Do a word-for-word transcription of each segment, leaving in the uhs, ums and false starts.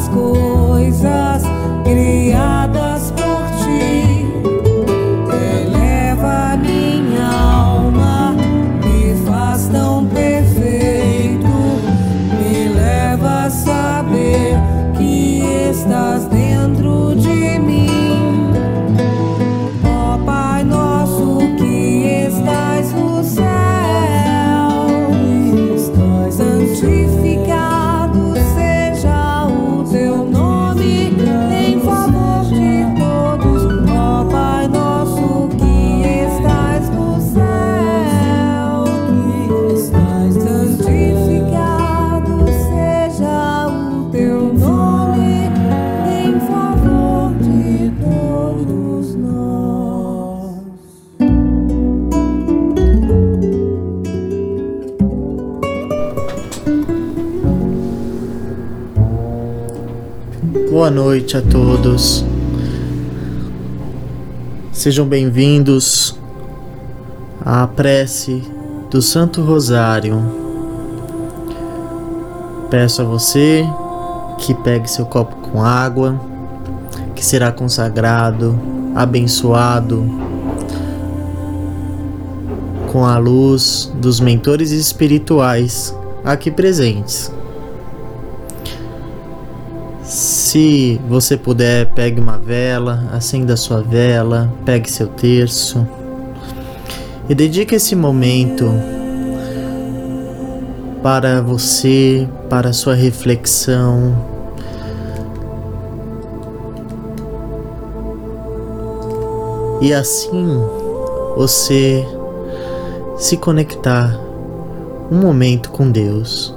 as coisas criadas por ti. Eleva minha alma, me faz tão perfeito, me leva a saber que estás dentro de mim. Ó Pai nosso que estás no céu, santificado seja o teu nome em favor de todos. Ó Pai nosso que estás no céu, santificado seja o teu nome em favor de todos nós. Boa noite a todos. Sejam bem-vindos à prece do Santo Rosário. Peço a você que pegue seu copo com água, que será consagrado, abençoado com a luz dos mentores espirituais aqui presentes. Se você puder, pegue uma vela, acenda a sua vela, pegue seu terço e dedique esse momento para você, para a sua reflexão. E assim você se conectar um momento com Deus.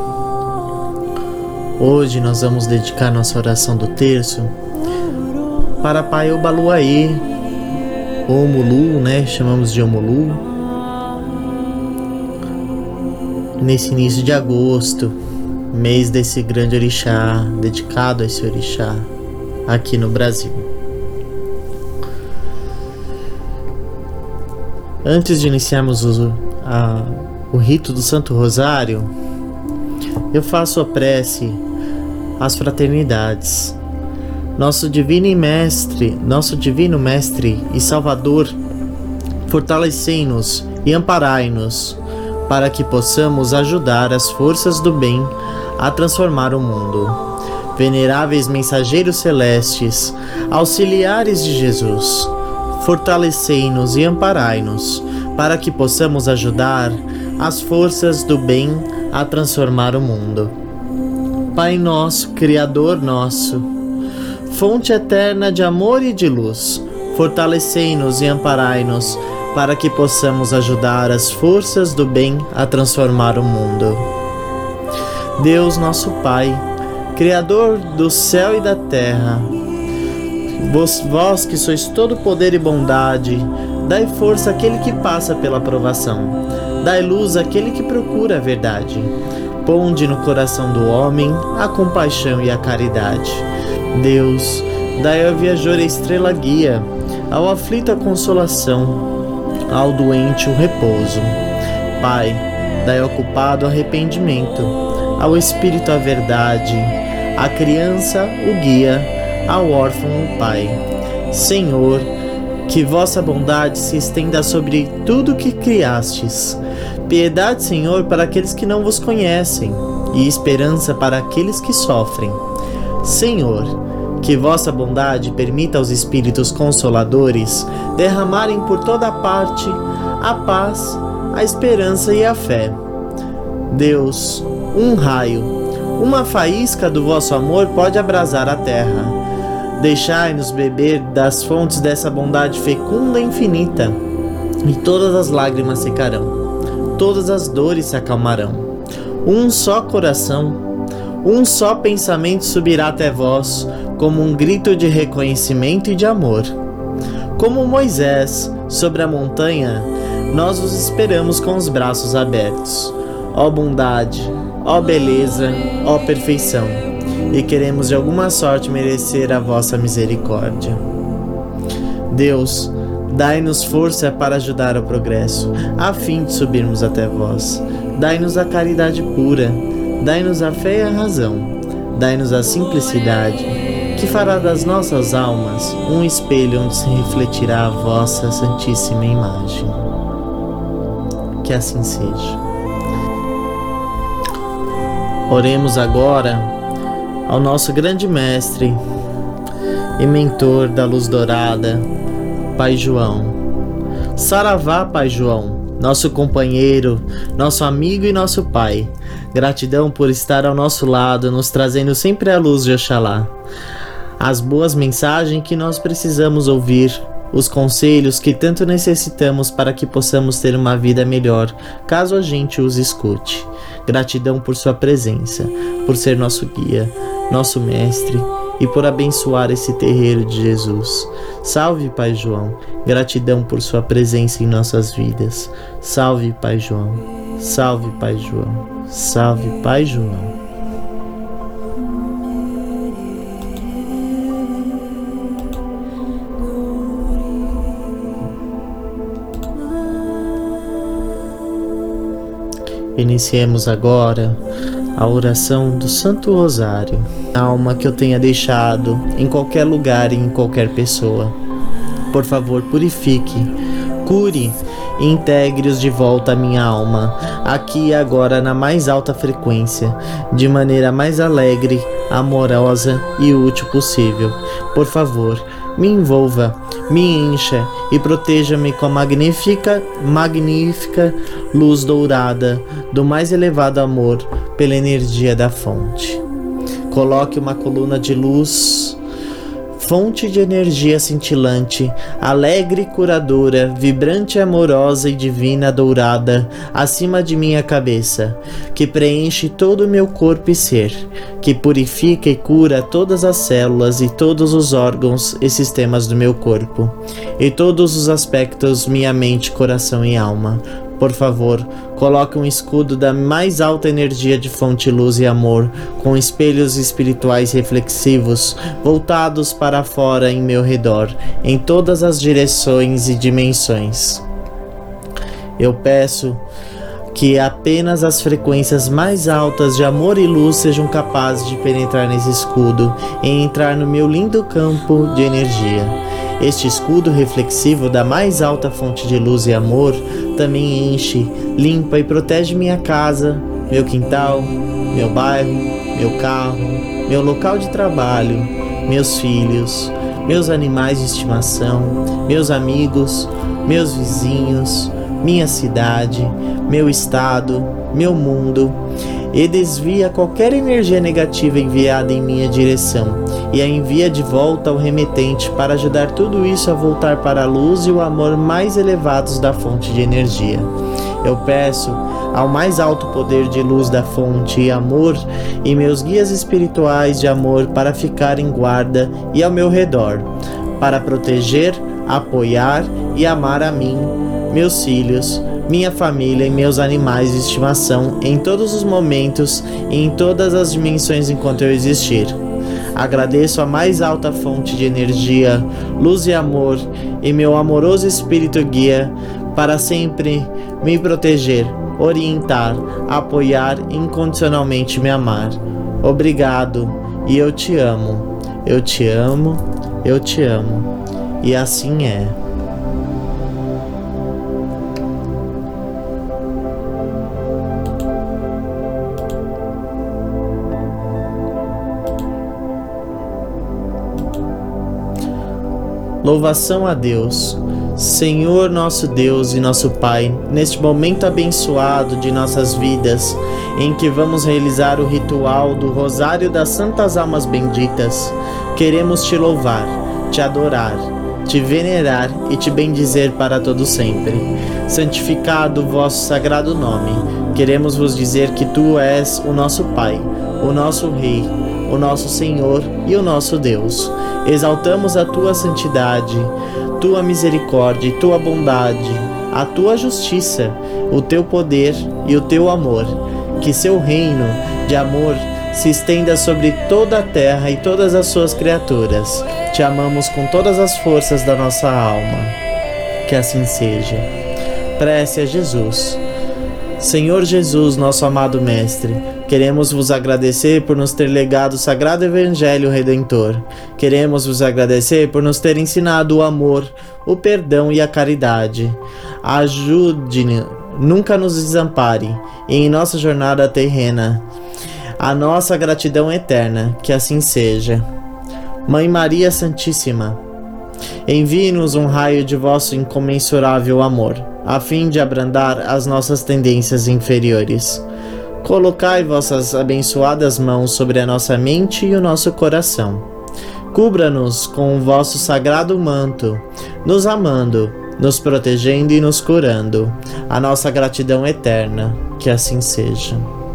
Hoje nós vamos dedicar nossa oração do terço para Pai Obaluaê, Omulu, né? Chamamos de Omulu. Nesse início de agosto, mês desse grande orixá, dedicado a esse orixá aqui no Brasil. Antes de iniciarmos o, a, o rito do Santo Rosário, eu faço a prece às fraternidades. Nosso divino mestre, nosso divino mestre e salvador, fortalecei-nos e amparai-nos para que possamos ajudar as forças do bem a transformar o mundo. Veneráveis mensageiros celestes, auxiliares de Jesus, fortalecei-nos e amparai-nos para que possamos ajudar as forças do bem a transformar o mundo. Pai nosso, Criador nosso, fonte eterna de amor e de luz, fortalecei-nos e amparai-nos para que possamos ajudar as forças do bem a transformar o mundo. Deus nosso Pai, Criador do céu e da terra, vós, vós que sois todo poder e bondade, dai força àquele que passa pela provação, dai luz àquele que procura a verdade. Ponde no coração do homem a compaixão e a caridade. Deus, dai ao viajor a estrela guia, ao aflito a consolação, ao doente o repouso. Pai, dai ao culpado arrependimento, ao espírito a verdade, à criança o guia, ao órfão o pai. Senhor, que vossa bondade se estenda sobre tudo que criastes. Piedade, Senhor, para aqueles que não vos conhecem, e esperança para aqueles que sofrem. Senhor, que vossa bondade permita aos Espíritos Consoladores derramarem por toda parte a paz, a esperança e a fé. Deus, um raio, uma faísca do vosso amor pode abrasar a terra. Deixai-nos beber das fontes dessa bondade fecunda e infinita, e todas as lágrimas secarão. Todas as dores se acalmarão. Um só coração, um só pensamento subirá até vós, como um grito de reconhecimento e de amor. Como Moisés, sobre a montanha, nós os esperamos com os braços abertos. Ó bondade, ó beleza, ó perfeição, e queremos de alguma sorte merecer a vossa misericórdia. Deus, dai-nos força para ajudar ao progresso, a fim de subirmos até vós. Dai-nos a caridade pura, dai-nos a fé e a razão. dai-nos a simplicidade, que fará das nossas almas um espelho onde se refletirá a vossa santíssima imagem. Que assim seja. Oremos agora ao nosso grande mestre e mentor da luz dourada, Pai João. Saravá, Pai João, nosso companheiro, nosso amigo e nosso Pai. Gratidão por estar ao nosso lado, nos trazendo sempre a luz de Oxalá. As boas mensagens que nós precisamos ouvir, os conselhos que tanto necessitamos para que possamos ter uma vida melhor, caso a gente os escute. Gratidão por sua presença, por ser nosso guia, nosso mestre e por abençoar esse terreiro de Jesus. Salve, Pai João. Gratidão por sua presença em nossas vidas. Salve, Pai João. Salve, Pai João. Salve, Pai João. Iniciemos agora a oração do Santo Rosário. A alma que eu tenha deixado em qualquer lugar e em qualquer pessoa, por favor, purifique, cure e integre-os de volta à minha alma, aqui e agora na mais alta frequência, de maneira mais alegre, amorosa e útil possível. Por favor, me envolva, me encha e proteja-me com a magnífica, magnífica luz dourada do mais elevado amor pela energia da fonte. Coloque uma coluna de luz, fonte de energia cintilante, alegre e curadora, vibrante, amorosa e divina dourada, acima de minha cabeça, que preenche todo o meu corpo e ser, que purifica e cura todas as células e todos os órgãos e sistemas do meu corpo, e todos os aspectos minha mente, coração e alma. Por favor, coloque um escudo da mais alta energia de fonte, luz e amor, com espelhos espirituais reflexivos, voltados para fora em meu redor, em todas as direções e dimensões. Eu peço que apenas as frequências mais altas de amor e luz sejam capazes de penetrar nesse escudo e entrar no meu lindo campo de energia. Este escudo reflexivo da mais alta fonte de luz e amor também enche, limpa e protege minha casa, meu quintal, meu bairro, meu carro, meu local de trabalho, meus filhos, meus animais de estimação, meus amigos, meus vizinhos, minha cidade, meu estado, meu mundo, e desvia qualquer energia negativa enviada em minha direção e a envia de volta ao remetente para ajudar tudo isso a voltar para a luz e o amor mais elevados da fonte de energia. Eu peço ao mais alto poder de luz da fonte e amor e meus guias espirituais de amor para ficar em guarda e ao meu redor, para proteger, apoiar e amar a mim, meus filhos, minha família e meus animais de estimação em todos os momentos e em todas as dimensões enquanto eu existir. Agradeço a mais alta fonte de energia, luz e amor e meu amoroso espírito guia para sempre me proteger, orientar, apoiar e incondicionalmente me amar. Obrigado e eu te amo, eu te amo, eu te amo. E assim é. Louvação a Deus, Senhor nosso Deus e nosso Pai, neste momento abençoado de nossas vidas, em que vamos realizar o ritual do Rosário das Santas Almas Benditas, queremos te louvar, te adorar, te venerar e te bendizer para todo sempre. Santificado o vosso sagrado nome, queremos vos dizer que tu és o nosso Pai, o nosso Rei, o nosso Senhor e o nosso Deus. Exaltamos a tua santidade, tua misericórdia e tua bondade, a tua justiça, o teu poder e o teu amor. Que seu reino de amor se estenda sobre toda a terra e todas as suas criaturas. Te amamos com todas as forças da nossa alma. Que assim seja. Prece a Jesus. Senhor Jesus, nosso amado Mestre, Queremos vos agradecer por nos ter legado o Sagrado Evangelho Redentor. Queremos vos agradecer por nos ter ensinado o amor, o perdão e a caridade. Ajude-nos, nunca nos desampare em nossa jornada terrena. A nossa gratidão eterna, que assim seja. Mãe Maria Santíssima, envie-nos um raio de vosso incomensurável amor, a fim de abrandar as nossas tendências inferiores. Colocai vossas abençoadas mãos sobre a nossa mente e o nosso coração. Cubra-nos com o vosso sagrado manto, nos amando, nos protegendo e nos curando. A nossa gratidão eterna, que assim seja.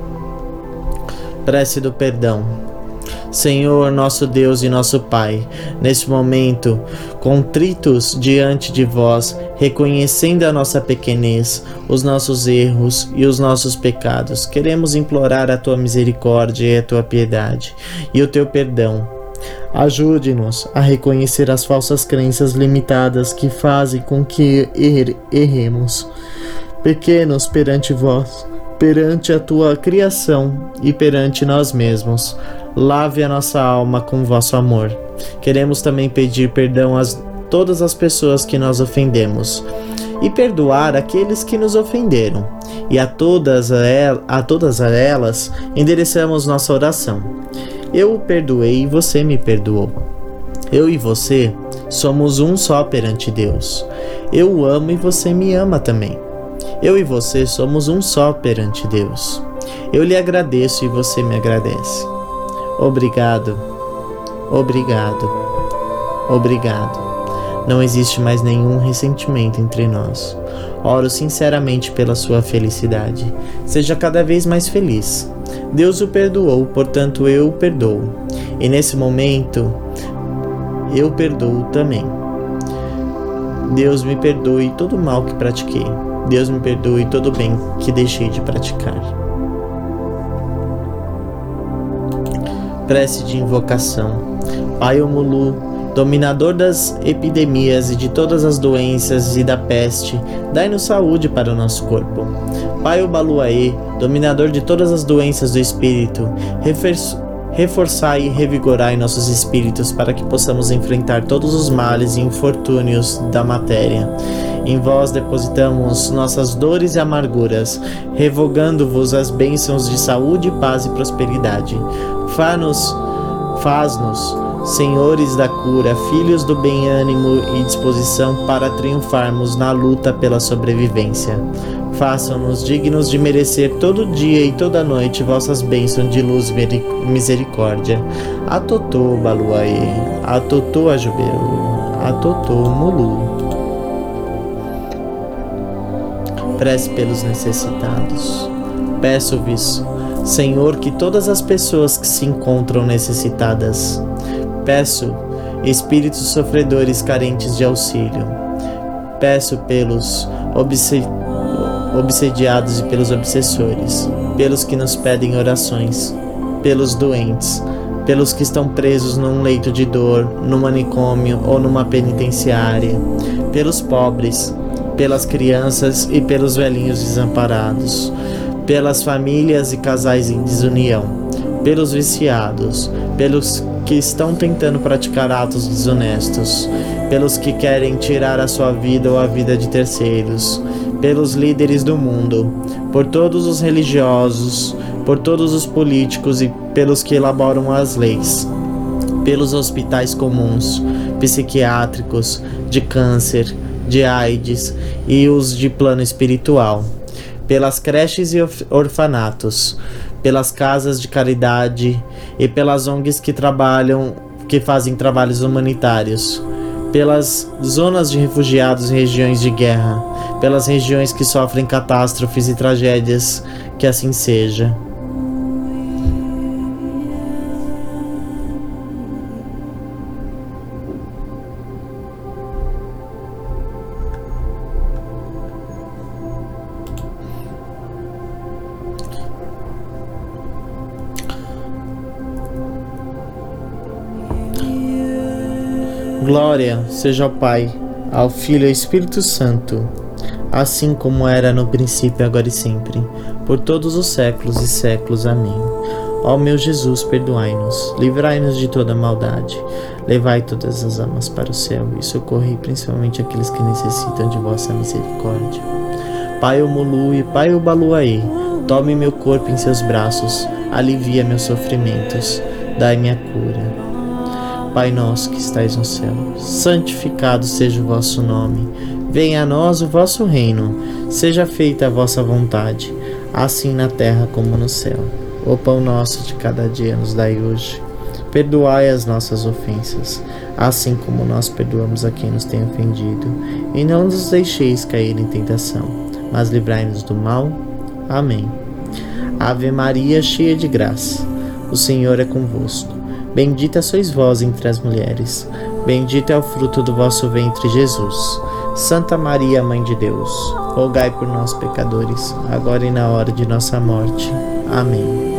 Prece do perdão. Senhor, nosso Deus e nosso Pai, neste momento, contritos diante de vós, reconhecendo a nossa pequenez, os nossos erros e os nossos pecados, queremos implorar a tua misericórdia e a tua piedade e o teu perdão. Ajude-nos a reconhecer as falsas crenças limitadas que fazem com que er- erremos. Pequenos perante vós, perante a tua criação e perante nós mesmos. Lave a nossa alma com vosso amor. Queremos também pedir perdão a todas as pessoas que nós ofendemos e perdoar aqueles que nos ofenderam. E a todas, a, el- a todas elas endereçamos nossa oração. Eu o perdoei e você me perdoou. Eu e você somos um só perante Deus. Eu o amo e você me ama também. Eu e você somos um só perante Deus. Eu lhe agradeço e você me agradece. Obrigado, obrigado, obrigado. Não existe mais nenhum ressentimento entre nós. Oro sinceramente pela sua felicidade. Seja cada vez mais feliz. Deus o perdoou, portanto eu o perdoo. E nesse momento, eu perdoo também. Deus me perdoe todo o mal que pratiquei. Deus me perdoe todo o bem que deixei de praticar. Prece de invocação. Pai Omulu, dominador das epidemias e de todas as doenças e da peste, dai-nos saúde para o nosso corpo. Pai Obaluaê, dominador de todas as doenças do espírito, reforçai e revigorai nossos espíritos para que possamos enfrentar todos os males e infortúnios da matéria. Em vós depositamos nossas dores e amarguras, revogando-vos as bênçãos de saúde, paz e prosperidade. Faz-nos, faz-nos, senhores da cura, filhos do bem ânimo e disposição para triunfarmos na luta pela sobrevivência. Façam-nos dignos de merecer todo dia e toda noite vossas bênçãos de luz e misericórdia. Atotô Baluaê, Atotô Ajuberu, Atotô Mulu. Prece pelos necessitados. Peço-vos, Senhor, que todas as pessoas que se encontram necessitadas, peço espíritos sofredores carentes de auxílio, peço pelos obse- obsediados e pelos obsessores, pelos que nos pedem orações, pelos doentes, pelos que estão presos num leito de dor, num manicômio ou numa penitenciária, pelos pobres, pelas crianças e pelos velhinhos desamparados, pelas famílias e casais em desunião, pelos viciados, pelos que estão tentando praticar atos desonestos, pelos que querem tirar a sua vida ou a vida de terceiros, pelos líderes do mundo, por todos os religiosos, por todos os políticos e pelos que elaboram as leis, pelos hospitais comuns, psiquiátricos, de câncer, de AIDS e os de plano espiritual, pelas creches e orfanatos, pelas casas de caridade e pelas O N Gs que trabalham, que fazem trabalhos humanitários, pelas zonas de refugiados em regiões de guerra, pelas regiões que sofrem catástrofes e tragédias, que assim seja. Glória seja ao Pai, ao Filho e ao Espírito Santo, assim como era no princípio, agora e sempre, por todos os séculos e séculos. Amém. Ó meu Jesus, perdoai-nos, livrai-nos de toda maldade, levai todas as almas para o céu e socorrei principalmente aqueles que necessitam de vossa misericórdia. Pai Omulu e Pai Obaluaê, tome meu corpo em seus braços, alivia meus sofrimentos, dai-me a cura. Pai nosso que estais no céu, santificado seja o vosso nome, venha a nós o vosso reino, seja feita a vossa vontade, assim na terra como no céu. O pão nosso de cada dia nos dai hoje. Perdoai as nossas ofensas, assim como nós perdoamos a quem nos tem ofendido. E não nos deixeis cair em tentação, mas livrai-nos do mal. Amém. Ave Maria, cheia de graça, o Senhor é convosco. Bendita sois vós entre as mulheres, bendito é o fruto do vosso ventre, Jesus. Santa Maria, Mãe de Deus, rogai por nós, pecadores, agora e na hora de nossa morte. Amém.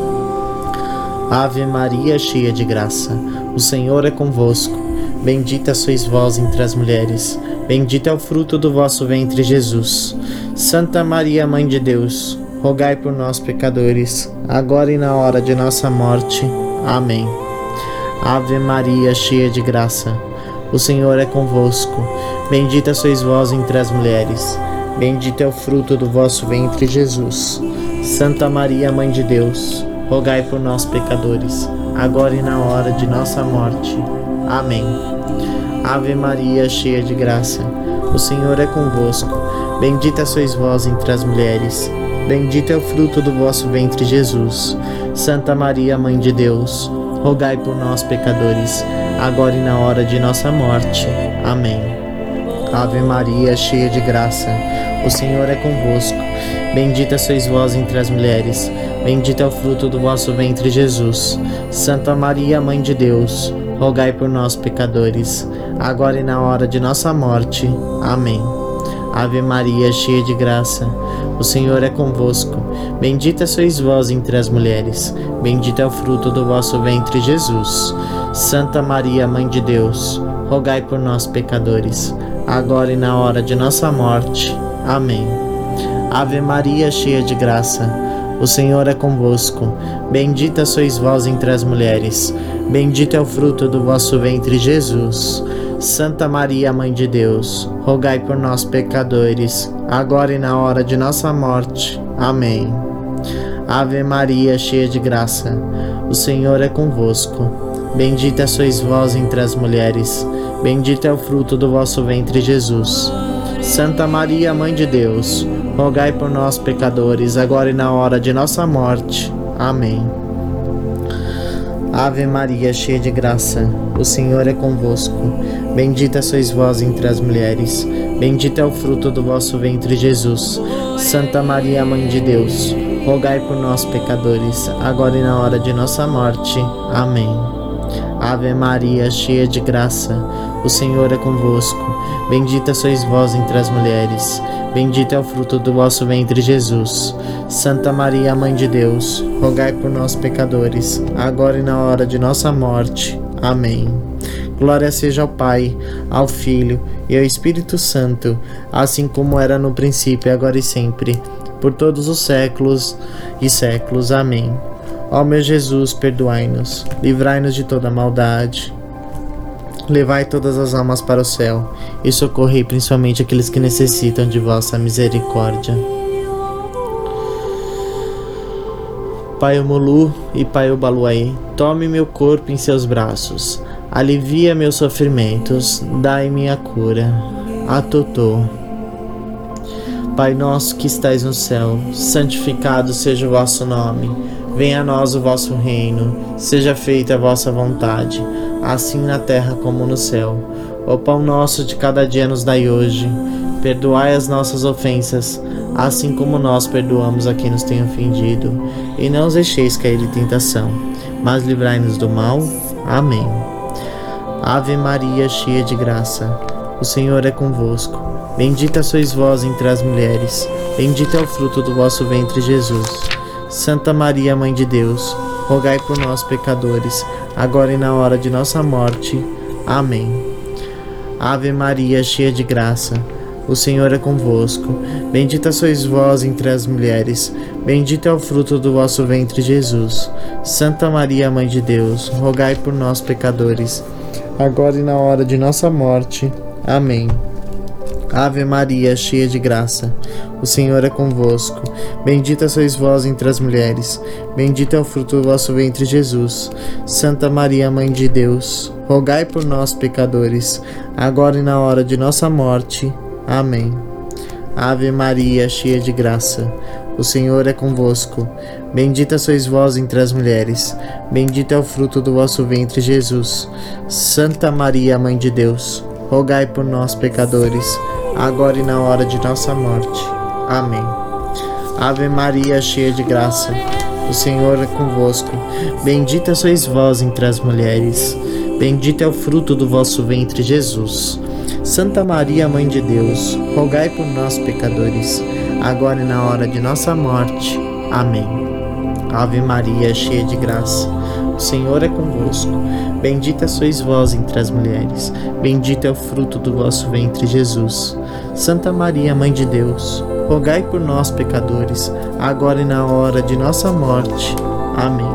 Ave Maria, cheia de graça, o Senhor é convosco. Bendita sois vós entre as mulheres, bendito é o fruto do vosso ventre, Jesus. Santa Maria, Mãe de Deus, rogai por nós, pecadores, agora e na hora de nossa morte. Amém. Ave Maria, cheia de graça, o Senhor é convosco. Bendita sois vós entre as mulheres, bendito é o fruto do vosso ventre, Jesus. Santa Maria, Mãe de Deus, rogai por nós, pecadores, agora e na hora de nossa morte. Amém. Ave Maria, cheia de graça, o Senhor é convosco. Bendita sois vós entre as mulheres, bendito é o fruto do vosso ventre, Jesus. Santa Maria, Mãe de Deus, rogai por nós, pecadores, agora e na hora de nossa morte. Amém. Ave Maria, cheia de graça, o Senhor é convosco. Bendita sois vós entre as mulheres, bendito é o fruto do vosso ventre, Jesus. Santa Maria, Mãe de Deus, rogai por nós, pecadores, agora e na hora de nossa morte. Amém. Ave Maria, cheia de graça, o Senhor é convosco. Bendita sois vós entre as mulheres, bendito é o fruto do vosso ventre, Jesus. Santa Maria, Mãe de Deus, rogai por nós, pecadores, agora e na hora de nossa morte. Amém. Ave Maria, cheia de graça, o Senhor é convosco. Bendita sois vós entre as mulheres, bendito é o fruto do vosso ventre, Jesus. Santa Maria, Mãe de Deus, rogai por nós, pecadores, agora e na hora de nossa morte. Amém. Ave Maria, cheia de graça, o Senhor é convosco. Bendita sois vós entre as mulheres, bendito é o fruto do vosso ventre, Jesus. Santa Maria, Mãe de Deus, rogai por nós, pecadores, agora e na hora de nossa morte. Amém. Ave Maria, cheia de graça, o Senhor é convosco. Bendita sois vós entre as mulheres, bendito é o fruto do vosso ventre, Jesus. Santa Maria, Mãe de Deus, rogai por nós, pecadores, agora e na hora de nossa morte. Amém. Ave Maria, cheia de graça, o Senhor é convosco. Bendita sois vós entre as mulheres, bendito é o fruto do vosso ventre, Jesus. Santa Maria, Mãe de Deus, rogai por nós, pecadores, agora e na hora de nossa morte. Amém. Glória seja ao Pai, ao Filho e ao Espírito Santo, assim como era no princípio, agora e sempre, por todos os séculos e séculos. Amém. Ó meu Jesus, perdoai-nos, livrai-nos de toda maldade, levai todas as almas para o céu e socorrei principalmente aqueles que necessitam de vossa misericórdia. Pai Omulu e Pai Obaluaê, tome meu corpo em seus braços, alivia meus sofrimentos, dai-me a cura. Atotô. Pai nosso que estais no céu, santificado seja o vosso nome. Venha a nós o vosso reino, seja feita a vossa vontade, assim na terra como no céu. O pão nosso de cada dia nos dai hoje. Perdoai as nossas ofensas, assim como nós perdoamos a quem nos tem ofendido. E não os deixeis cair em tentação, mas livrai-nos do mal. Amém. Ave Maria, cheia de graça, o Senhor é convosco. Bendita sois vós entre as mulheres, bendito é o fruto do vosso ventre, Jesus. Santa Maria, Mãe de Deus, rogai por nós, pecadores, agora e na hora de nossa morte. Amém. Ave Maria, cheia de graça, o Senhor é convosco. Bendita sois vós entre as mulheres, bendito é o fruto do vosso ventre, Jesus. Santa Maria, Mãe de Deus, rogai por nós, pecadores, agora e na hora de nossa morte. Amém. Ave Maria, cheia de graça, o Senhor é convosco. Bendita sois vós entre as mulheres, bendito é o fruto do vosso ventre, Jesus. Santa Maria, Mãe de Deus, rogai por nós, pecadores, agora e na hora de nossa morte. Amém. Ave Maria, cheia de graça, o Senhor é convosco. Bendita sois vós entre as mulheres, bendito é o fruto do vosso ventre, Jesus. Santa Maria, Mãe de Deus, rogai por nós, pecadores, agora e na hora de nossa morte. Amém. Ave Maria, cheia de graça, o Senhor é convosco. Bendita sois vós entre as mulheres, bendito é o fruto do vosso ventre, Jesus. Santa Maria, Mãe de Deus, rogai por nós, pecadores, agora e na hora de nossa morte. Amém. Ave Maria, cheia de graça, o Senhor é convosco. Bendita sois vós entre as mulheres, bendito é o fruto do vosso ventre, Jesus. Santa Maria, Mãe de Deus, rogai por nós, pecadores, agora e na hora de nossa morte. Amém.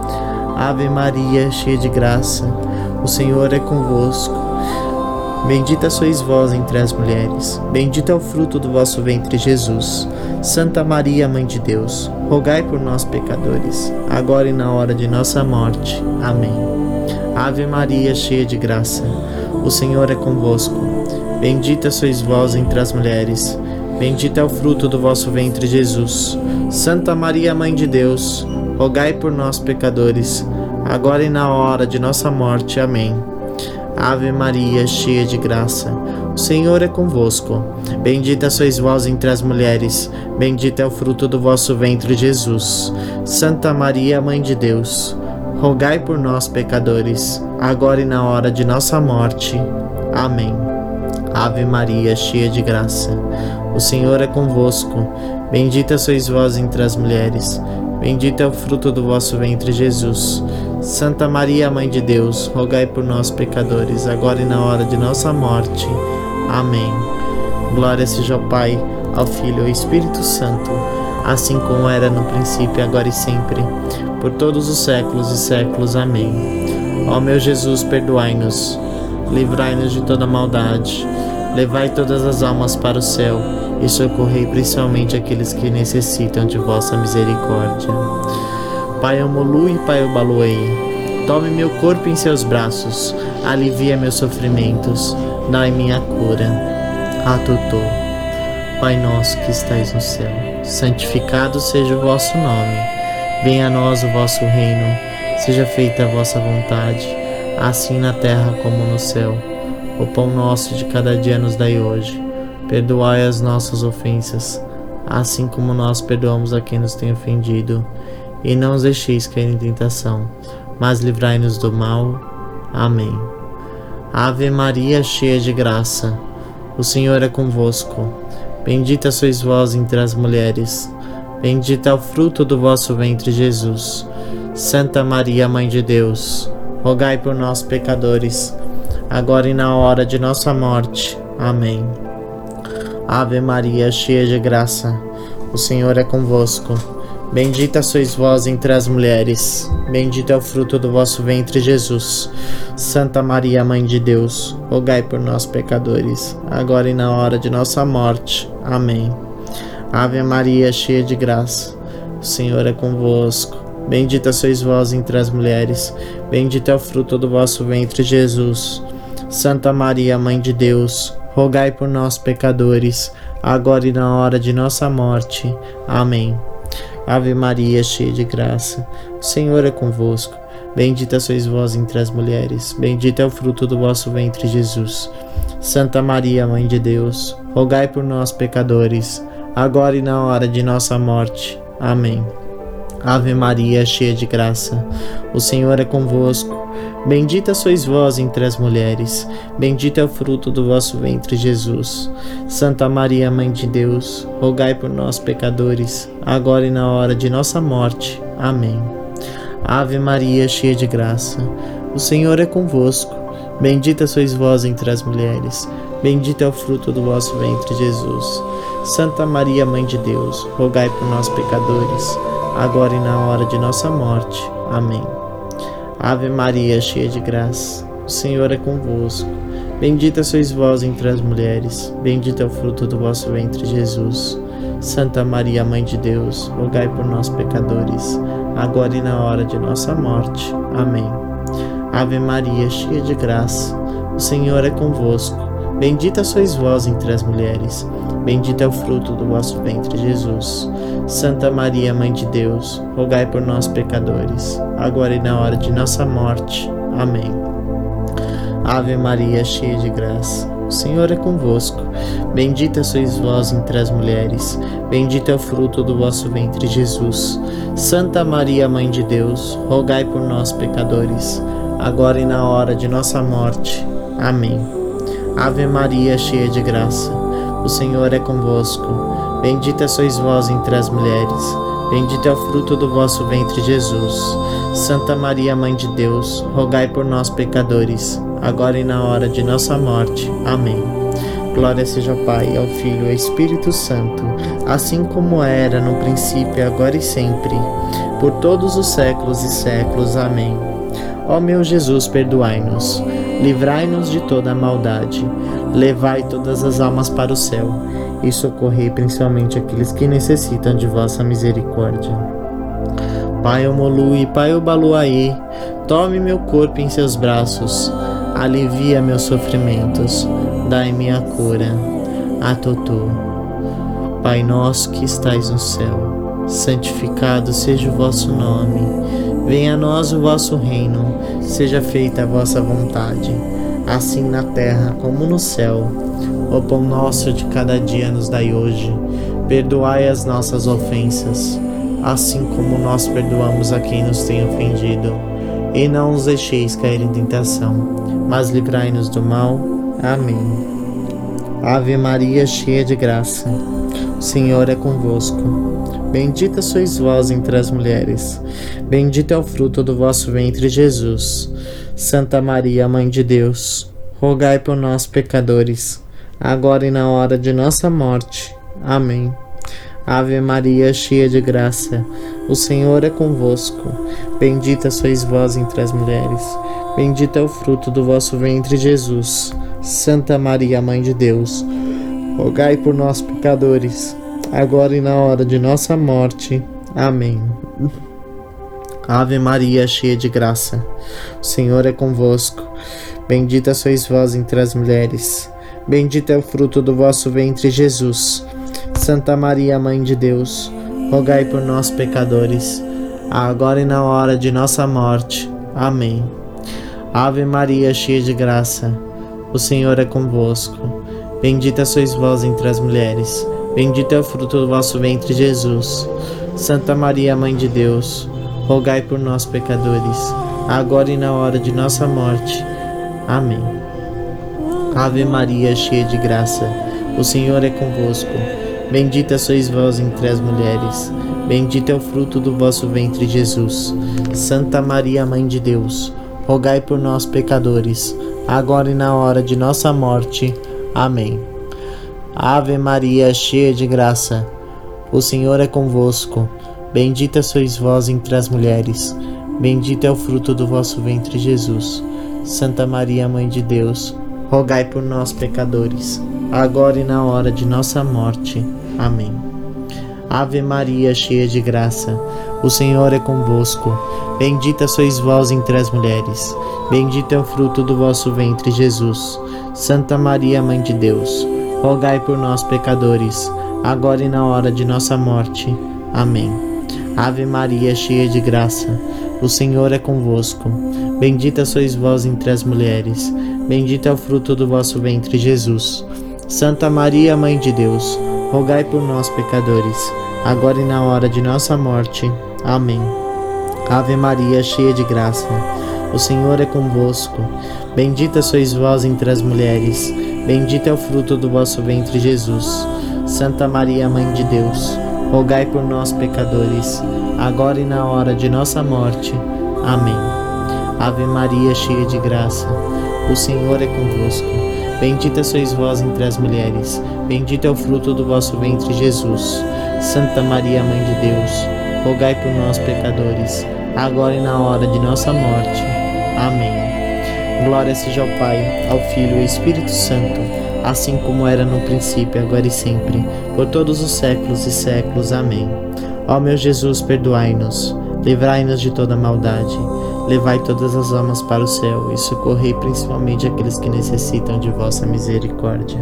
Ave Maria, cheia de graça, o Senhor é convosco. Bendita sois vós entre as mulheres, bendito é o fruto do vosso ventre, Jesus. Santa Maria, Mãe de Deus, rogai por nós, pecadores, agora e na hora de nossa morte. Amém. Ave Maria, cheia de graça, o Senhor é convosco. Bendita sois vós entre as mulheres, bendito é o fruto do vosso ventre, Jesus. Santa Maria, Mãe de Deus, rogai por nós, pecadores, agora e na hora de nossa morte. Amém. Ave Maria, cheia de graça, o Senhor é convosco. Bendita sois vós entre as mulheres, bendito é o fruto do vosso ventre, Jesus. Santa Maria, Mãe de Deus, rogai por nós, pecadores, agora e na hora de nossa morte. Amém. Ave Maria, cheia de graça, o Senhor é convosco. Bendita sois vós entre as mulheres, bendito é o fruto do vosso ventre, Jesus. Santa Maria, Mãe de Deus, rogai por nós, pecadores, agora e na hora de nossa morte. Amém. Glória seja ao Pai, ao Filho e ao Espírito Santo, assim como era no princípio, agora e sempre, por todos os séculos e séculos. Amém. Ó meu Jesus, perdoai-nos, livrai-nos de toda maldade, levai todas as almas para o céu e socorrei principalmente aqueles que necessitam de vossa misericórdia. Pai Omolu e Pai Obaloei, tome meu corpo em seus braços, alivia meus sofrimentos, dai-me a cura. Atutô. Pai nosso que estais no céu, santificado seja o vosso nome. Venha a nós o vosso reino, seja feita a vossa vontade, assim na terra como no céu. O pão nosso de cada dia nos dai hoje. Perdoai as nossas ofensas, assim como nós perdoamos a quem nos tem ofendido. E não os deixeis cair em tentação, mas livrai-nos do mal. Amém. Ave Maria, cheia de graça, o Senhor é convosco. Bendita sois vós entre as mulheres, bendito é o fruto do vosso ventre, Jesus. Santa Maria, Mãe de Deus, rogai por nós, pecadores, agora e na hora de nossa morte. Amém. Ave Maria, cheia de graça, o Senhor é convosco. Bendita sois vós entre as mulheres, bendito é o fruto do vosso ventre, Jesus. Santa Maria, Mãe de Deus, rogai por nós, pecadores, agora e na hora de nossa morte. Amém. Ave Maria, cheia de graça, o Senhor é convosco. Bendita sois vós entre as mulheres, bendito é o fruto do vosso ventre, Jesus. Santa Maria, Mãe de Deus, rogai por nós, pecadores, agora e na hora de nossa morte. Amém. Ave Maria, cheia de graça, o Senhor é convosco. Bendita sois vós entre as mulheres, bendito é o fruto do vosso ventre, Jesus. Santa Maria, Mãe de Deus, rogai por nós, pecadores, agora e na hora de nossa morte. Amém. Ave Maria, cheia de graça, o Senhor é convosco. Bendita sois vós entre as mulheres, bendito é o fruto do vosso ventre, Jesus. Santa Maria, Mãe de Deus, rogai por nós, pecadores, agora e na hora de nossa morte. Amém. Ave Maria, cheia de graça, o Senhor é convosco. Bendita sois vós entre as mulheres, bendito é o fruto do vosso ventre, Jesus. Santa Maria, Mãe de Deus, rogai por nós, pecadores, agora e na hora de nossa morte. Amém. Ave Maria, cheia de graça, o Senhor é convosco. Bendita sois vós entre as mulheres, bendito é o fruto do vosso ventre, Jesus. Santa Maria, Mãe de Deus, rogai por nós, pecadores, agora e na hora de nossa morte. Amém. Ave Maria, cheia de graça, o Senhor é convosco. Bendita sois vós entre as mulheres, bendito é o fruto do vosso ventre, Jesus. Santa Maria, Mãe de Deus, rogai por nós, pecadores, agora e na hora de nossa morte. Amém. Ave Maria, cheia de graça, o Senhor é convosco. Bendita sois vós entre as mulheres, bendito é o fruto do vosso ventre, Jesus. Santa Maria, Mãe de Deus, rogai por nós, pecadores, agora e na hora de nossa morte. Amém. Ave Maria, cheia de graça, o Senhor é convosco. Bendita sois vós entre as mulheres, bendito é o fruto do vosso ventre, Jesus. Santa Maria, Mãe de Deus, rogai por nós, pecadores, agora e na hora de nossa morte. Amém. Glória seja ao Pai, ao Filho e ao Espírito Santo, assim como era no princípio, agora e sempre, por todos os séculos e séculos. Amém. Ó meu Jesus, perdoai-nos, livrai-nos de toda a maldade, levai todas as almas para o céu e socorrei principalmente aqueles que necessitam de vossa misericórdia. Pai Omolu, Pai Obaluaê, tome meu corpo em seus braços, alivia meus sofrimentos, dai-me a cura. Atotô. Pai nosso que estais no céu, santificado seja o vosso nome. Venha a nós o vosso reino, seja feita a vossa vontade, assim na terra como no céu. O pão nosso de cada dia nos dai hoje, perdoai as nossas ofensas, assim como nós perdoamos a quem nos tem ofendido. E não nos deixeis cair em tentação, mas livrai-nos do mal. Amém. Ave Maria, cheia de graça, o Senhor é convosco. Bendita sois vós entre as mulheres, bendito é o fruto do vosso ventre, Jesus. Santa Maria, Mãe de Deus, rogai por nós, pecadores, agora e na hora de nossa morte. Amém. Ave Maria, cheia de graça, o Senhor é convosco. Bendita sois vós entre as mulheres, bendito é o fruto do vosso ventre, Jesus. Santa Maria, Mãe de Deus, rogai por nós, pecadores, agora e na hora de nossa morte. Amém. Ave Maria, cheia de graça, o Senhor é convosco. Bendita sois vós entre as mulheres, bendito é o fruto do vosso ventre, Jesus. Santa Maria, Mãe de Deus, rogai por nós, pecadores, agora e na hora de nossa morte. Amém. Ave Maria, cheia de graça, o Senhor é convosco. Bendita sois vós entre as mulheres, bendito é o fruto do vosso ventre, Jesus. Santa Maria, Mãe de Deus, rogai por nós, pecadores, agora e na hora de nossa morte. Amém. Ave Maria, cheia de graça, o Senhor é convosco. Bendita sois vós entre as mulheres, bendito é o fruto do vosso ventre, Jesus. Santa Maria, Mãe de Deus, rogai por nós, pecadores, agora e na hora de nossa morte. Amém. Ave Maria, cheia de graça, o Senhor é convosco. Bendita sois vós entre as mulheres, bendito é o fruto do vosso ventre, Jesus. Santa Maria, Mãe de Deus, rogai por nós, pecadores, agora e na hora de nossa morte. Amém. Ave Maria, cheia de graça, o Senhor é convosco. Bendita sois vós entre as mulheres, bendito é o fruto do vosso ventre, Jesus. Santa Maria, Mãe de Deus, rogai por nós, pecadores, agora e na hora de nossa morte. Amém. Ave Maria, cheia de graça, o Senhor é convosco. Bendita sois vós entre as mulheres, bendito é o fruto do vosso ventre, Jesus. Santa Maria, Mãe de Deus, rogai por nós, pecadores, agora e na hora de nossa morte. Amém. Ave Maria, cheia de graça, o Senhor é convosco. Bendita sois vós entre as mulheres, bendito é o fruto do vosso ventre, Jesus. Santa Maria, Mãe de Deus, rogai por nós, pecadores, agora e na hora de nossa morte. Amém. Ave Maria, cheia de graça, o Senhor é convosco. bendita sois vós entre as mulheres, bendito é o fruto do vosso ventre, Jesus. Santa Maria, Mãe de Deus, rogai por nós, pecadores, agora e na hora de nossa morte. Amém. Glória seja ao Pai, ao Filho e ao Espírito Santo, assim como era no princípio, agora e sempre, por todos os séculos e séculos. Amém. Ó meu Jesus, perdoai-nos, livrai-nos de toda maldade, levai todas as almas para o céu e socorrei principalmente aqueles que necessitam de vossa misericórdia.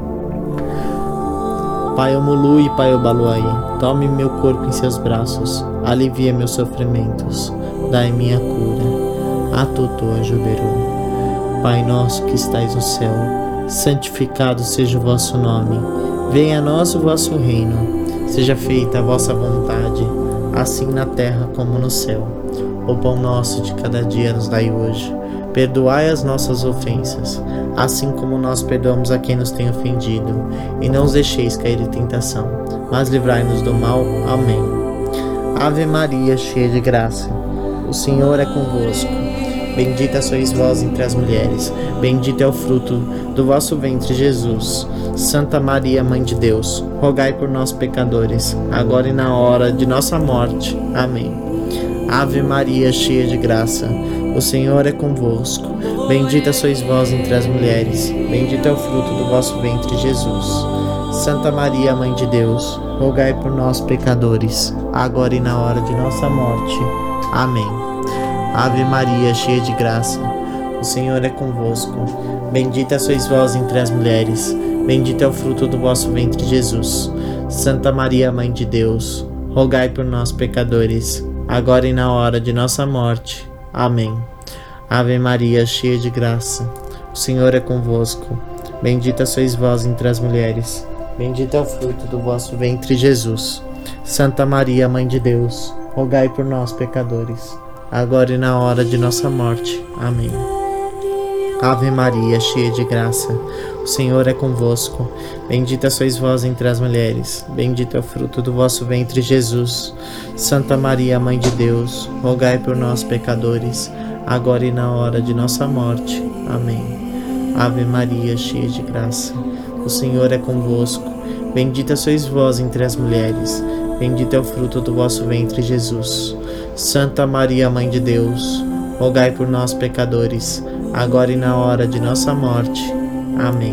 Pai Omulu e Pai Obaluai, tome meu corpo em seus braços, alivia meus sofrimentos, dai-me a cura. A tuto ajuberu. Pai nosso que estais no céu, santificado seja o vosso nome. Venha a nós o vosso reino. Seja feita a vossa vontade, assim na terra como no céu. O pão nosso de cada dia nos dai hoje. Perdoai as nossas ofensas, assim como nós perdoamos a quem nos tem ofendido. E não os deixeis cair em tentação, mas livrai-nos do mal. Amém. Ave Maria, cheia de graça, o Senhor é convosco. Bendita sois vós entre as mulheres, bendito é o fruto do vosso ventre, Jesus. Santa Maria, Mãe de Deus, rogai por nós, pecadores, agora e na hora de nossa morte. Amém. Ave Maria, cheia de graça, o Senhor é convosco. Bendita sois vós entre as mulheres, bendito é o fruto do vosso ventre, Jesus. Santa Maria, Mãe de Deus, rogai por nós, pecadores, agora e na hora de nossa morte. Amém. Ave Maria, cheia de graça, o Senhor é convosco. Bendita sois vós entre as mulheres, bendito é o fruto do vosso ventre, Jesus. Santa Maria, Mãe de Deus, rogai por nós, pecadores, agora e na hora de nossa morte. Amém. Ave Maria, cheia de graça, o Senhor é convosco. Bendita sois vós entre as mulheres, bendito é o fruto do vosso ventre, Jesus. Santa Maria, Mãe de Deus, rogai por nós, pecadores, agora e na hora de nossa morte. Amém. Ave Maria, cheia de graça, o Senhor é convosco. Bendita sois vós entre as mulheres, bendito é o fruto do vosso ventre, Jesus. Santa Maria, Mãe de Deus, rogai por nós, pecadores, agora e na hora de nossa morte. Amém. Ave Maria, cheia de graça, o Senhor é convosco. Bendita sois vós entre as mulheres, bendito é o fruto do vosso ventre, Jesus. Santa Maria, Mãe de Deus, rogai por nós, pecadores, agora e na hora de nossa morte. Amém.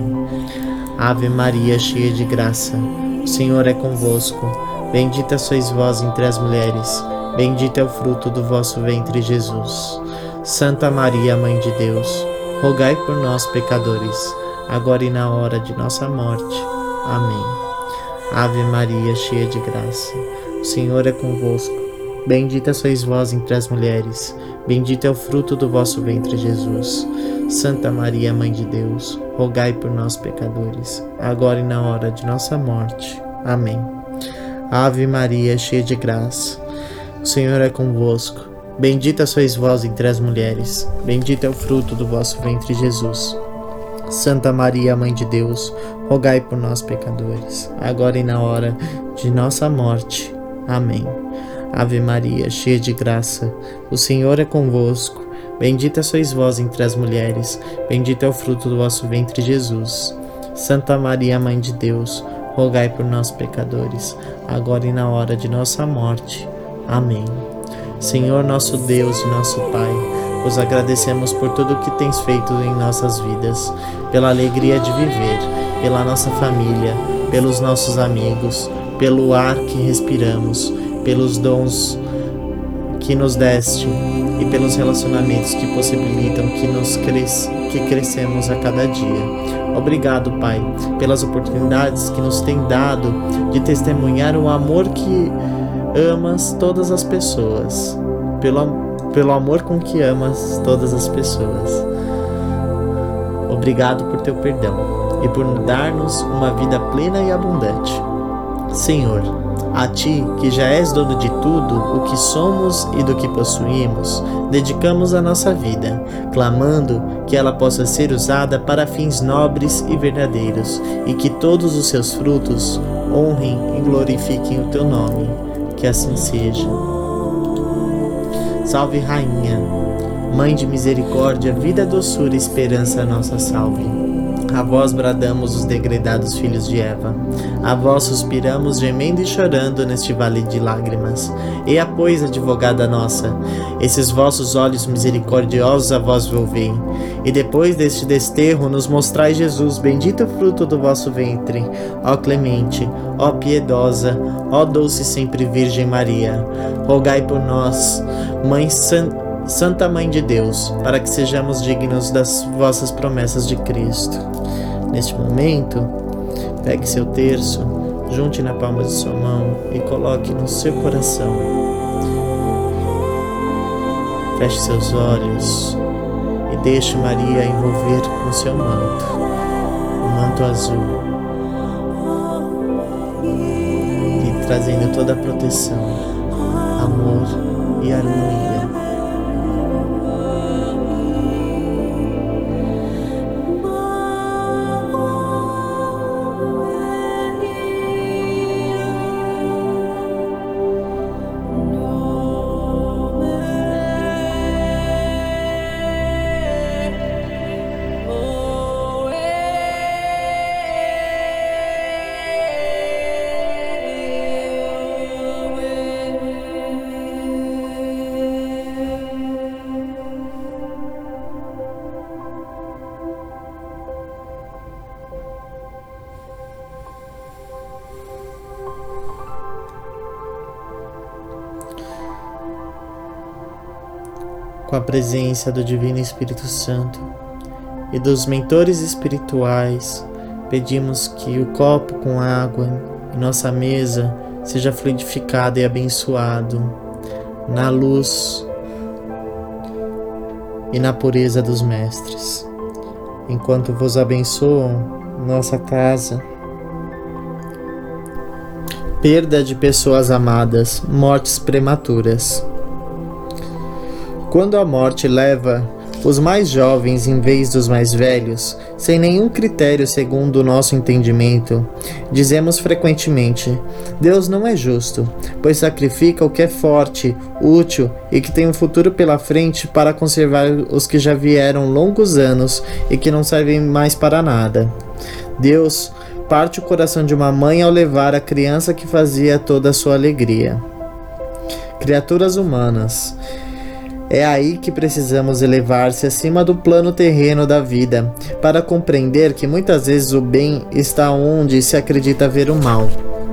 Ave Maria, cheia de graça, o Senhor é convosco. Bendita sois vós entre as mulheres, bendito é o fruto do vosso ventre, Jesus. Santa Maria, Mãe de Deus, rogai por nós, pecadores, agora e na hora de nossa morte. Amém. Ave Maria, cheia de graça, o Senhor é convosco. Bendita sois vós entre as mulheres, bendito é o fruto do vosso ventre, Jesus. Santa Maria, Mãe de Deus, rogai por nós, pecadores, agora e na hora de nossa morte. Amém. Ave Maria, cheia de graça, o Senhor é convosco. Bendita sois vós entre as mulheres, bendito é o fruto do vosso ventre, Jesus. Santa Maria, Mãe de Deus, rogai por nós, pecadores, agora e na hora de nossa morte. Amém. Ave Maria, cheia de graça, o Senhor é convosco. Bendita sois vós entre as mulheres, bendito é o fruto do vosso ventre, Jesus. Santa Maria, Mãe de Deus, rogai por nós, pecadores, agora e na hora de nossa morte. Amém. Senhor nosso Deus e nosso Pai, vos agradecemos por tudo o que tens feito em nossas vidas, pela alegria de viver, pela nossa família, pelos nossos amigos, pelo ar que respiramos, pelos dons que nos deste e pelos relacionamentos que possibilitam que nos cres que crescemos a cada dia. Obrigado, Pai, pelas oportunidades que nos tem dado de testemunhar o amor que amas todas as pessoas, pelo, pelo amor com que amas todas as pessoas. Obrigado por teu perdão e por dar-nos uma vida plena e abundante. Senhor, a Ti, que já és dono de tudo o que somos e do que possuímos, dedicamos a nossa vida, clamando que ela possa ser usada para fins nobres e verdadeiros, e que todos os seus frutos honrem e glorifiquem o Teu nome. Que assim seja. Salve, Rainha, Mãe de misericórdia, vida, doçura e esperança, nossa salve. A vós bradamos os degredados filhos de Eva. A vós suspiramos, gemendo e chorando neste vale de lágrimas. E a pois, advogada nossa, esses vossos olhos misericordiosos a vós volvei. E depois deste desterro nos mostrai Jesus, bendito fruto do vosso ventre. Ó clemente, ó piedosa, ó doce sempre Virgem Maria, rogai por nós, Mãe Santa, Santa Mãe de Deus, para que sejamos dignos das vossas promessas de Cristo. Neste momento, pegue seu terço, junte na palma de sua mão e coloque no seu coração. Feche seus olhos e deixe Maria envolver com seu manto, um manto azul, e trazendo toda a proteção, amor e harmonia. Com a presença do Divino Espírito Santo e dos mentores espirituais, pedimos que o copo com água em nossa mesa seja fluidificado e abençoado na luz e na pureza dos mestres. Enquanto vos abençoam nossa casa, perda de pessoas amadas, mortes prematuras. Quando a morte leva os mais jovens em vez dos mais velhos, sem nenhum critério segundo o nosso entendimento, dizemos frequentemente: Deus não é justo, pois sacrifica o que é forte, útil e que tem um futuro pela frente para conservar os que já vieram longos anos e que não servem mais para nada. Deus parte o coração de uma mãe ao levar a criança que fazia toda a sua alegria. Criaturas humanas, é aí que precisamos elevar-se acima do plano terreno da vida, para compreender que muitas vezes o bem está onde se acredita ver o mal,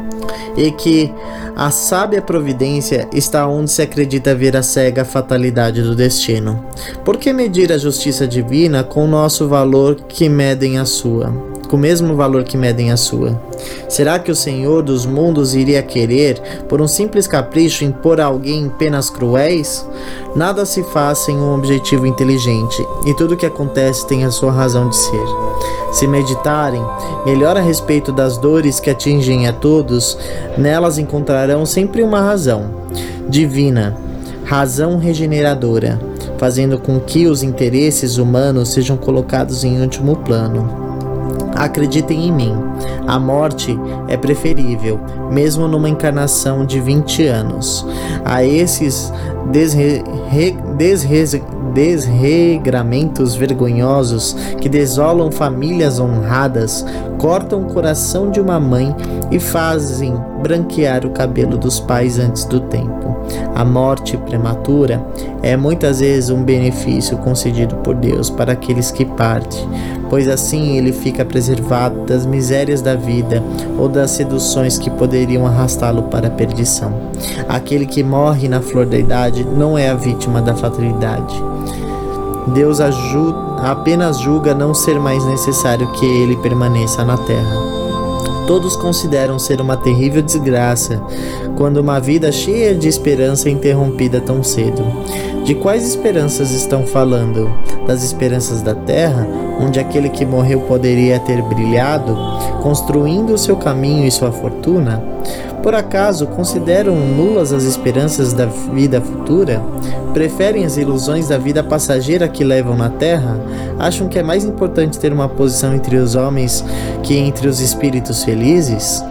e que a sábia providência está onde se acredita ver a cega fatalidade do destino. Por que medir a justiça divina com o nosso valor que medem a sua? Com o mesmo valor que medem a sua? Será que o Senhor dos mundos iria querer, por um simples capricho, impor a alguém penas cruéis? Nada se faz sem um objetivo inteligente, e tudo que acontece tem a sua razão de ser. Se meditarem melhor a respeito das dores que atingem a todos, nelas encontrarão sempre uma razão divina, razão regeneradora, fazendo com que os interesses humanos sejam colocados em último plano. Acreditem em mim, a morte é preferível, mesmo numa encarnação de vinte anos, a esses desre... desre... desregramentos vergonhosos que desolam famílias honradas, cortam o coração de uma mãe e fazem branquear o cabelo dos pais antes do tempo. A morte prematura é muitas vezes um benefício concedido por Deus para aqueles que partem, pois assim ele fica preservado das misérias da vida ou das seduções que poderiam arrastá-lo para a perdição. Aquele que morre na flor da idade não é a vítima da fatalidade. Deus ajuda, apenas julga não ser mais necessário que ele permaneça na terra. Todos consideram ser uma terrível desgraça quando uma vida cheia de esperança é interrompida tão cedo. De quais esperanças estão falando? Das esperanças da terra, onde aquele que morreu poderia ter brilhado, construindo o seu caminho e sua fortuna? Por acaso consideram nulas as esperanças da vida futura? Preferem as ilusões da vida passageira que levam na terra? Acham que é mais importante ter uma posição entre os homens que entre os espíritos felizes?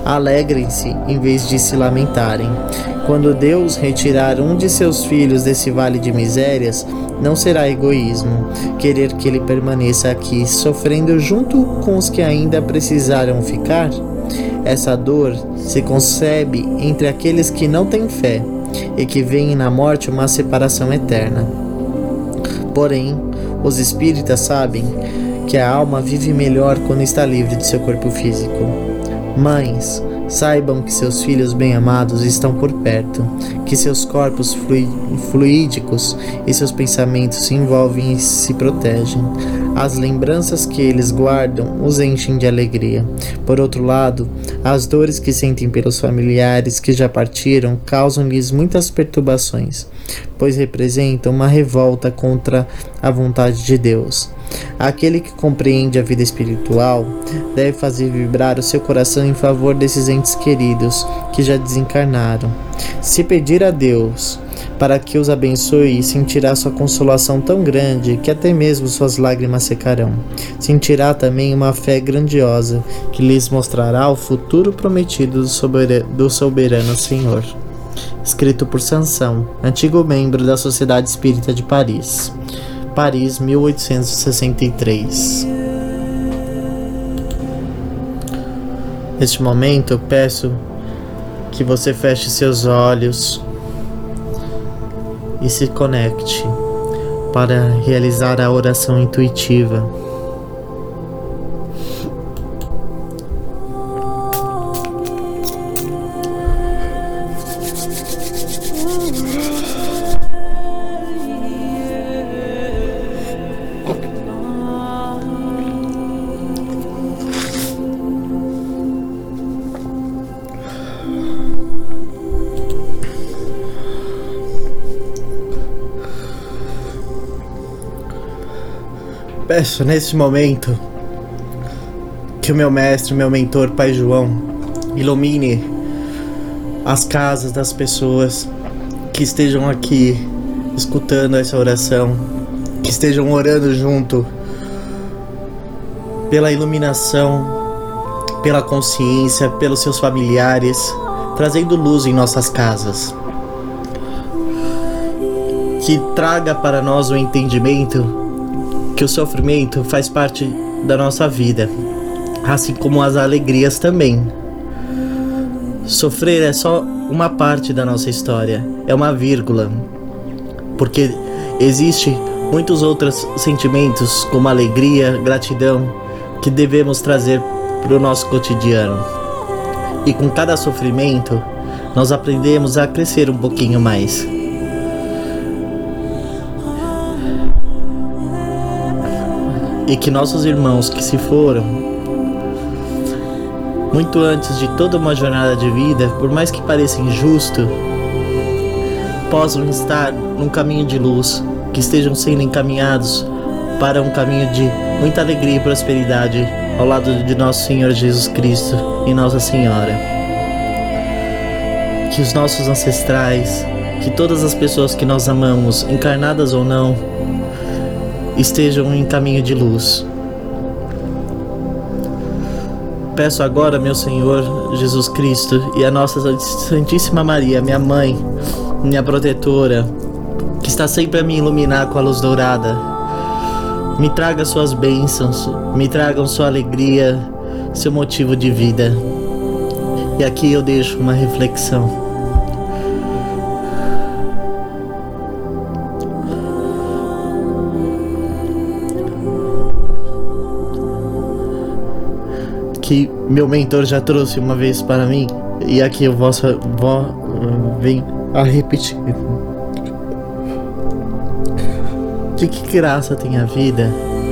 Alegrem-se em vez de se lamentarem. Quando Deus retirar um de seus filhos desse vale de misérias, não será egoísmo querer que ele permaneça aqui, sofrendo junto com os que ainda precisaram ficar? Essa dor se concebe entre aqueles que não têm fé e que veem na morte uma separação eterna. Porém, os espíritas sabem que a alma vive melhor quando está livre de seu corpo físico. Mães, saibam que seus filhos bem-amados estão por perto, que seus corpos flui- fluídicos e seus pensamentos se envolvem e se protegem. As lembranças que eles guardam os enchem de alegria. Por outro lado, as dores que sentem pelos familiares que já partiram causam-lhes muitas perturbações, pois representam uma revolta contra a vontade de Deus. Aquele que compreende a vida espiritual deve fazer vibrar o seu coração em favor desses entes queridos que já desencarnaram. Se pedir a Deus para que os abençoe, sentirá sua consolação tão grande que até mesmo suas lágrimas secarão. Sentirá também uma fé grandiosa que lhes mostrará o futuro prometido do soberano, do soberano Senhor. Escrito por Sansão, antigo membro da Sociedade Espírita de Paris. Paris, mil oitocentos e sessenta e três. Neste momento eu peço que você feche seus olhos e se conecte para realizar a oração intuitiva. Peço nesse momento que o meu mestre, meu mentor, Pai João, ilumine as casas das pessoas que estejam aqui escutando essa oração, que estejam orando junto, pela iluminação, pela consciência, pelos seus familiares, trazendo luz em nossas casas. Que traga para nós o entendimento que o sofrimento faz parte da nossa vida, assim como as alegrias também. Sofrer é só uma parte da nossa história, é uma vírgula, porque existem muitos outros sentimentos, como alegria, gratidão, que devemos trazer para o nosso cotidiano. E com cada sofrimento, nós aprendemos a crescer um pouquinho mais. E que nossos irmãos que se foram muito antes de toda uma jornada de vida, por mais que pareça injusto, possam estar num caminho de luz, que estejam sendo encaminhados para um caminho de muita alegria e prosperidade ao lado de nosso Senhor Jesus Cristo e Nossa Senhora. Que os nossos ancestrais, que todas as pessoas que nós amamos, encarnadas ou não, estejam em caminho de luz. Peço agora, meu Senhor Jesus Cristo e a nossa Santíssima Maria, minha mãe, minha protetora, que está sempre a me iluminar com a luz dourada, me traga suas bênçãos, me tragam sua alegria, seu motivo de vida. E aqui eu deixo uma reflexão. Que meu mentor já trouxe uma vez para mim, e aqui eu vou, vou vem a repetir. De que graça tem a vida,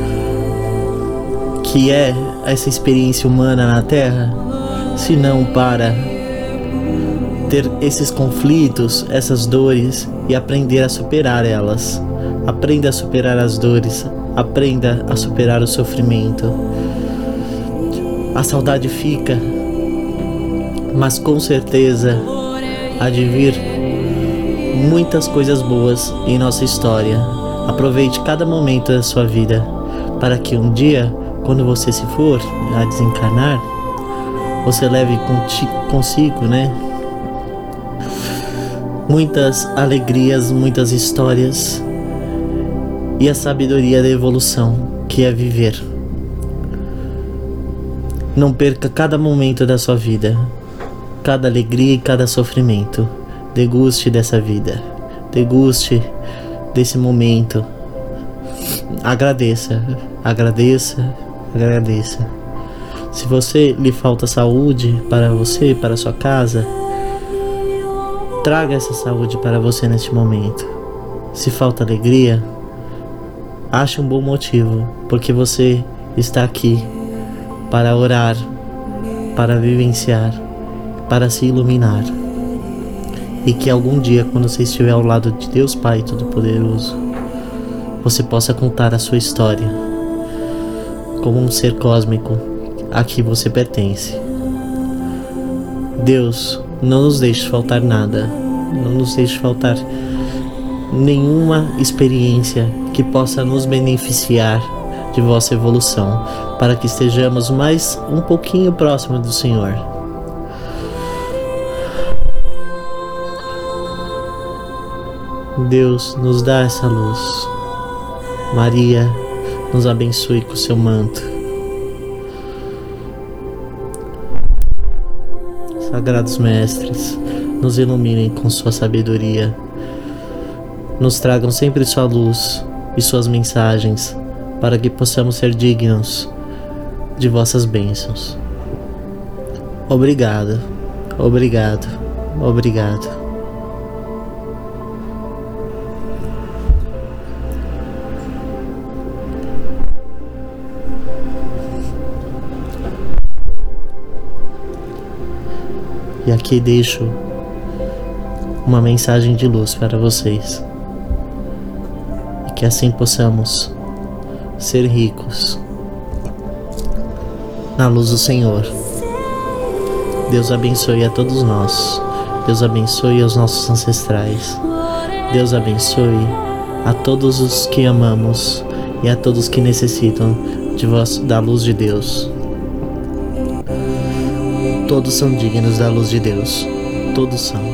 que é essa experiência humana na Terra, se não para ter esses conflitos, essas dores e aprender a superar elas. Aprenda a superar as dores, aprenda a superar o sofrimento. A saudade fica, mas com certeza há de vir muitas coisas boas em nossa história. Aproveite cada momento da sua vida, para que um dia, quando você se for a desencarnar, você leve conti- consigo, né? Muitas alegrias, muitas histórias e a sabedoria da evolução, que é viver. Não perca cada momento da sua vida, cada alegria e cada sofrimento. Deguste dessa vida, deguste desse momento. Agradeça, agradeça, agradeça. Se você lhe falta saúde para você, para sua casa, traga essa saúde para você neste momento. Se falta alegria, ache um bom motivo, porque você está aqui para orar, para vivenciar, para se iluminar. E que algum dia, quando você estiver ao lado de Deus Pai Todo-Poderoso, você possa contar a sua história como um ser cósmico a que você pertence. Deus, não nos deixe faltar nada, não nos deixe faltar nenhuma experiência que possa nos beneficiar de vossa evolução, para que estejamos mais um pouquinho próximo do Senhor. Deus, nos dá essa luz. Maria, nos abençoe com seu manto. Sagrados Mestres, nos iluminem com sua sabedoria. Nos tragam sempre sua luz e suas mensagens, para que possamos ser dignos de vossas bênçãos. Obrigado, obrigado, obrigado. E aqui deixo uma mensagem de luz para vocês. E que assim possamos ser ricos na luz do Senhor. Deus abençoe a todos nós. Deus abençoe aos nossos ancestrais. Deus abençoe a todos os que amamos e a todos que necessitam de vós, da luz de Deus. Todos são dignos da luz de Deus. Todos são.